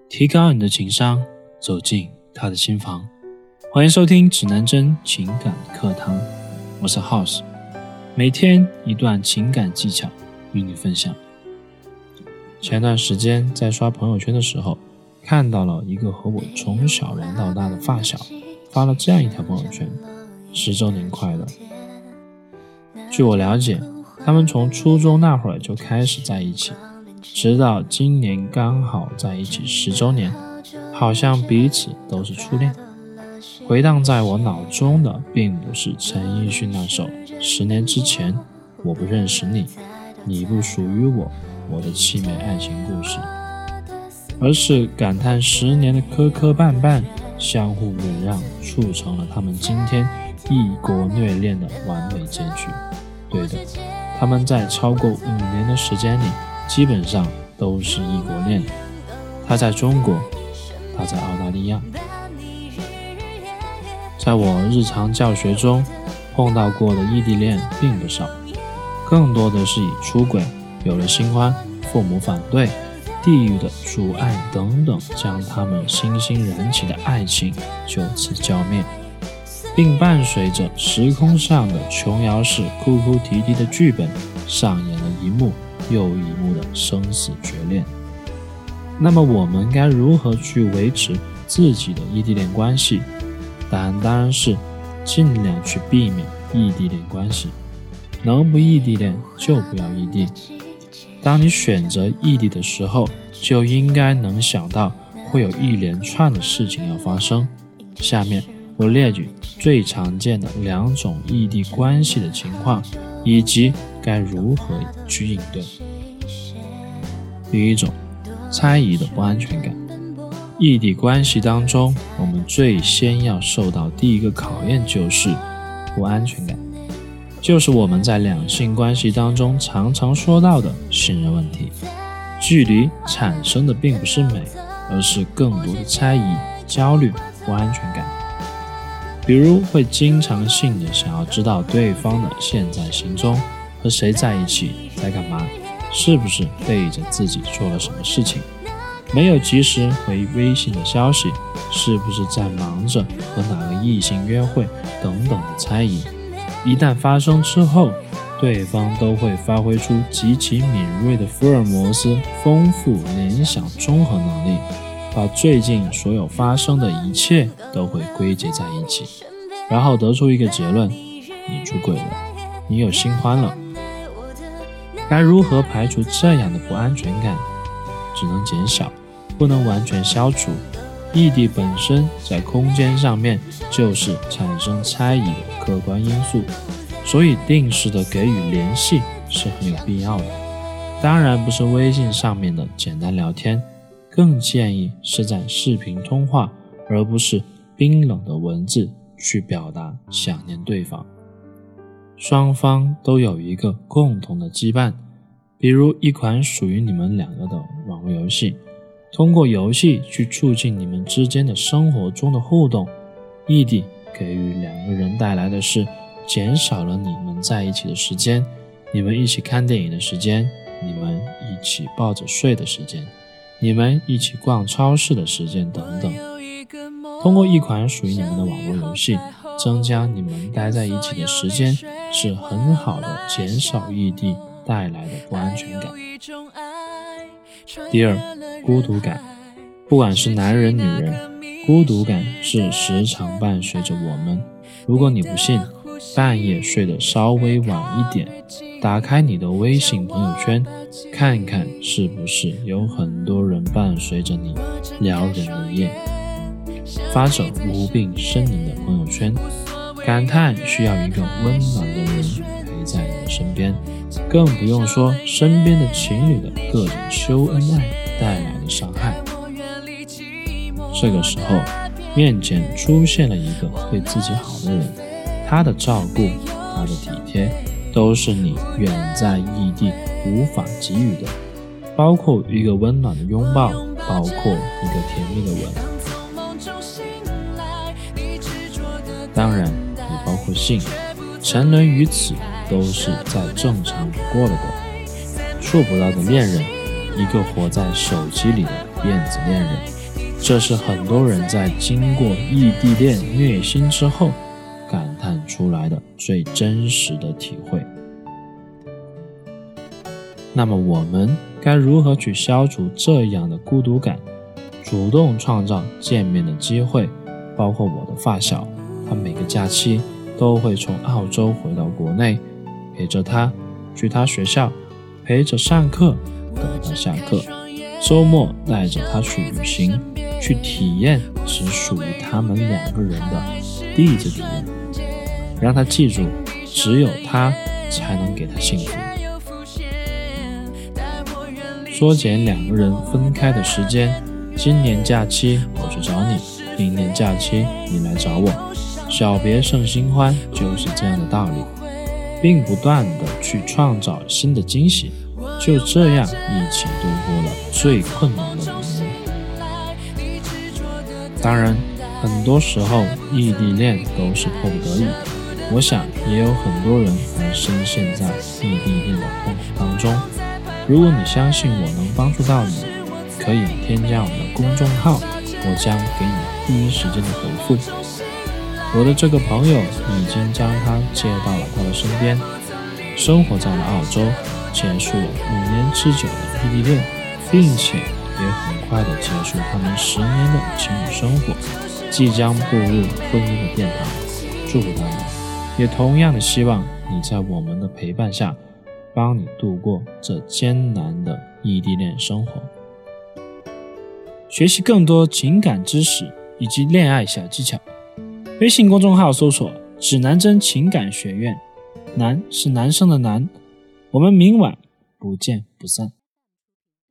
提高你的情商，走进他的心房。欢迎收听指南针情感课堂，我是 House， 每天一段情感技巧与你分享。前段时间在刷朋友圈的时候，看到了一个和我从小玩到大的发小发了这样一条朋友圈：10周年快乐。据我了解，他们从初中那会儿就开始在一起，直到今年刚好在一起10周年，好像彼此都是初恋。回荡在我脑中的并不是陈奕迅那首10年之前我不认识你，你不属于我的凄美爱情故事，而是感叹10年的磕磕绊绊，相互忍让，促成了他们今天异国虐恋的完美结局。对的，他们在超过5年的时间里基本上都是异国恋，他在中国，他在澳大利亚。在我日常教学中碰到过的异地恋并不少，更多的是以出轨、有了新欢、父母反对、地域的阻碍等等，将他们欣欣燃起的爱情就此浇灭，并伴随着时空上的琼瑶式哭哭啼啼的剧本，上演了一幕又一幕的生死决裂。那么我们该如何去维持自己的异地恋关系？答案当然是尽量去避免异地恋关系，能不异地恋就不要异地。当你选择异地的时候，就应该能想到会有一连串的事情要发生。下面我列举最常见的2种异地关系的情况，以及该如何去应对。第一种，猜疑的不安全感。异地关系当中，我们最先要受到第一个考验就是不安全感，就是我们在两性关系当中常常说到的信任问题。距离产生的并不是美，而是更多的猜疑、焦虑、不安全感。比如会经常性的想要知道对方的现在行踪，和谁在一起，在干嘛，是不是背着自己做了什么事情，没有及时回微信的消息，是不是在忙着和哪个异性约会等等的猜疑。一旦发生之后，对方都会发挥出极其敏锐的福尔摩斯丰富联想综合能力，把最近所有发生的一切都会归结在一起，然后得出一个结论：你出轨了，你有新欢了。该如何排除这样的不安全感？只能减小，不能完全消除。异地本身在空间上面就是产生猜疑的客观因素，所以定时的给予联系是很有必要的。当然不是微信上面的简单聊天，更建议是在视频通话，而不是冰冷的文字去表达想念对方。双方都有一个共同的羁绊，比如一款属于你们两个的网络游戏，通过游戏去促进你们之间的生活中的互动。异地给予2个人带来的是减少了你们在一起的时间，你们一起看电影的时间，你们一起抱着睡的时间，你们一起逛超市的时间等等。通过一款属于你们的网络游戏，增加你们待在一起的时间，是很好的减少异地带来的不安全感。第二，孤独感。不管是男人女人，孤独感是时常伴随着我们。如果你不信，半夜睡得稍微晚一点，打开你的微信朋友圈，看看是不是有很多人伴随着你撩人的夜，发着无病呻吟的朋友圈，感叹需要一个温暖的人陪在你的身边，更不用说身边的情侣的各种秀恩爱带来的伤害。这个时候面前出现了一个对自己好的人，他的照顾，他的体贴，都是你远在异地无法给予的，包括一个温暖的拥抱，包括一个甜蜜的吻，当然也包括性。成人于此都是再正常不过了的。触不到的恋人，一个活在手机里的电子恋人。 这是很多人在经过异地恋虐心之后感叹出来的最真实的体会。那么我们该如何去消除这样的孤独感，主动创造见面的机会？包括我的发小，他每个假期都会从澳洲回到国内，陪着他去他学校，陪着上课等他下课，周末带着他去旅行，去体验只属于他们两个人的地质体验，让他记住只有他才能给他幸福。缩减两个人分开的时间，今年假期我去找你，明年假期你来找我，小别胜新欢就是这样的道理，并不断的去创造新的惊喜，就这样一起度过了最困难的5年。当然很多时候异地恋都是迫不得已，我想也有很多人还深陷在异地恋的痛苦当中。如果你相信我能帮助到你，可以添加我们的公众号，我将给你第一时间的回复。我的这个朋友已经将他接到了他的身边，生活在了澳洲，结束了5年之久的异地恋，并且也很快的结束他们10年的情侣生活，即将步入婚姻的殿堂。祝福他们，也同样的希望你在我们的陪伴下，帮你度过这艰难的异地恋生活。学习更多情感知识以及恋爱小技巧，微信公众号搜索指南针情感学院，男是男生的男，我们明晚不见不散。